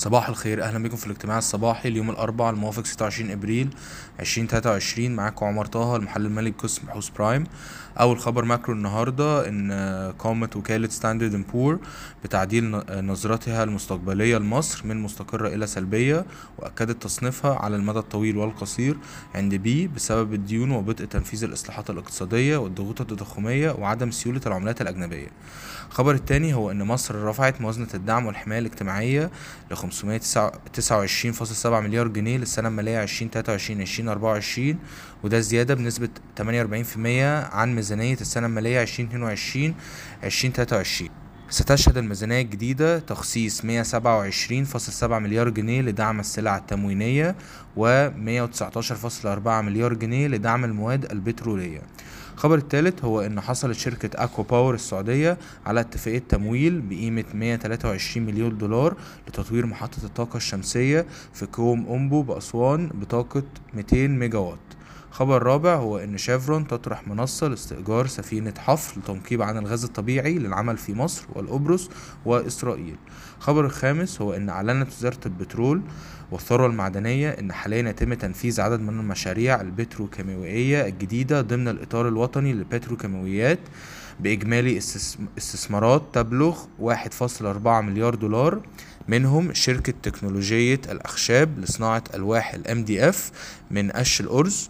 صباح الخير، اهلا بكم في الاجتماع الصباحي ليوم الاربعاء الموافق 26 ابريل 2023. معاكم عمر طه، المحلل المالي بقسم بحوث برايم. اول خبر ماكرو النهارده ان قامت وكاله ستاندرد اند بور بتعديل نظرتها المستقبليه لمصر من مستقره الى سلبيه، واكدت تصنيفها على المدى الطويل والقصير عند بي بسبب الديون وبطء تنفيذ الاصلاحات الاقتصاديه والضغوط التضخميه وعدم سيوله العملات الاجنبيه. الخبر الثاني هو ان مصر رفعت موازنه الدعم والحمايه الاجتماعيه ل 529.7 مليار جنيه للسنة المالية 2023-2024، وده زيادة بنسبة 48% عن ميزانية السنة المالية 2022-2023. ستشهد الميزانية الجديدة تخصيص 127.7 مليار جنيه لدعم السلع التموينية و 119.4 مليار جنيه لدعم المواد البترولية. الخبر الثالث هو ان حصلت شركة اكوا باور السعودية على اتفاقية تمويل بقيمة 123 مليون دولار لتطوير محطة الطاقة الشمسية في كوم أمبو بأسوان بطاقة 200 ميجا وات. خبر رابع هو ان شيفرون تطرح منصة لاستئجار سفينة حفر لتنقيب عن الغاز الطبيعي للعمل في مصر والقبرص وإسرائيل. الخبر الخامس هو ان اعلنت وزارة البترول والثروة المعدنية ان حاليا يتم تنفيذ عدد من المشاريع البتروكيماوية الجديدة ضمن الإطار الوطني للبتروكيماويات بإجمالي استثمارات تبلغ 1.4 مليار دولار، منهم شركة تكنولوجية الأخشاب لصناعة ألواح MDF من قش الأرز،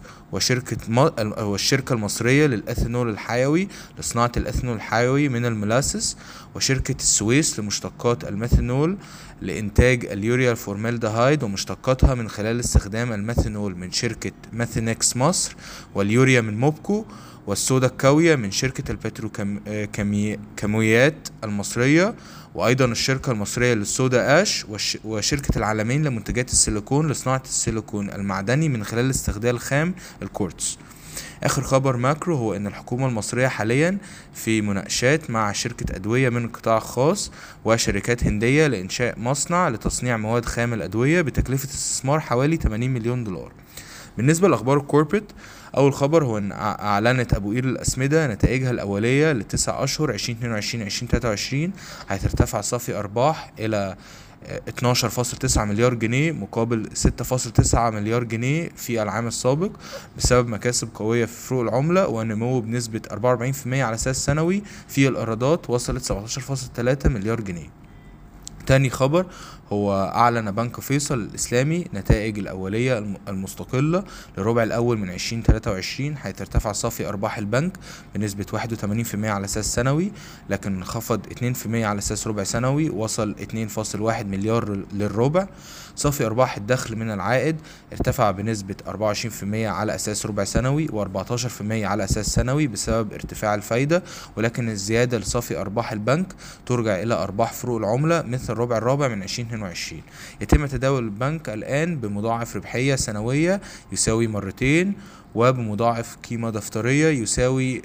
والشركة المصرية للأثنول الحيوي لصناعة الأثنول الحيوي من الملاسس، وشركة السويس لمشتقات الميثانول لإنتاج اليوريا الفورمالدهايد ومشتقاتها من خلال استخدام الميثانول من شركة ميثانكس مصر، واليوريا من موبكو، والسودا الكاوية من شركة البتروكيماويات المصرية، وأيضا الشركة المصرية للسودا آش، وشركة العالمين لمنتجات السيليكون لصناعة السيليكون المعدني من خلال استخدام خام الكورتز. آخر خبر ماكرو هو أن الحكومة المصرية حاليا في مناقشات مع شركة أدوية من القطاع الخاص وشركات هندية لإنشاء مصنع لتصنيع مواد خام الأدوية بتكلفة استثمار حوالي 80 مليون دولار. بالنسبة لأخبار الكوربريت، أول خبر هو أن أعلنت أبو قير الأسمدة نتائجها الأولية لتسع أشهر 2022-2023، حيث ارتفع صافي أرباح إلى 12.9 مليار جنيه مقابل 6.9 مليار جنيه في العام السابق بسبب مكاسب قوية في فروق العملة ونمو بنسبة 44% على أساس سنوي في الإيرادات وصلت 17.3 مليار جنيه. تاني خبر هو أعلن بنك فيصل الإسلامي نتائج الأولية المستقلة للربع الأول من 2023، حيث ارتفع صافي أرباح البنك بنسبة 81% على أساس سنوي، لكن انخفض 2% على أساس ربع سنوي وصل 2.1 مليار للربع. صافي أرباح الدخل من العائد ارتفع بنسبة 24% على أساس ربع سنوي و14% على أساس سنوي بسبب ارتفاع الفايدة، ولكن الزيادة لصافي أرباح البنك ترجع إلى أرباح فروق العملة مثل الربع الرابع من 2022. يتم تداول البنك الآن بمضاعف ربحية سنوية يساوي 2 وبمضاعف قيمة دفترية يساوي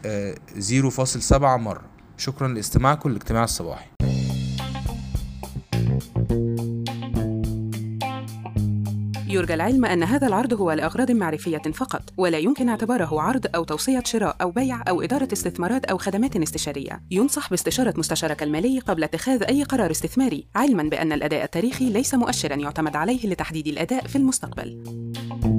0.7 مرة. شكرا لاستماعكم للاجتماع الصباحي. يرجى العلم أن هذا العرض هو لأغراض معرفية فقط، ولا يمكن اعتباره عرض أو توصية شراء أو بيع أو إدارة استثمارات أو خدمات استشارية. ينصح باستشارة مستشارك المالي قبل اتخاذ أي قرار استثماري، علماً بأن الأداء التاريخي ليس مؤشراً يعتمد عليه لتحديد الأداء في المستقبل.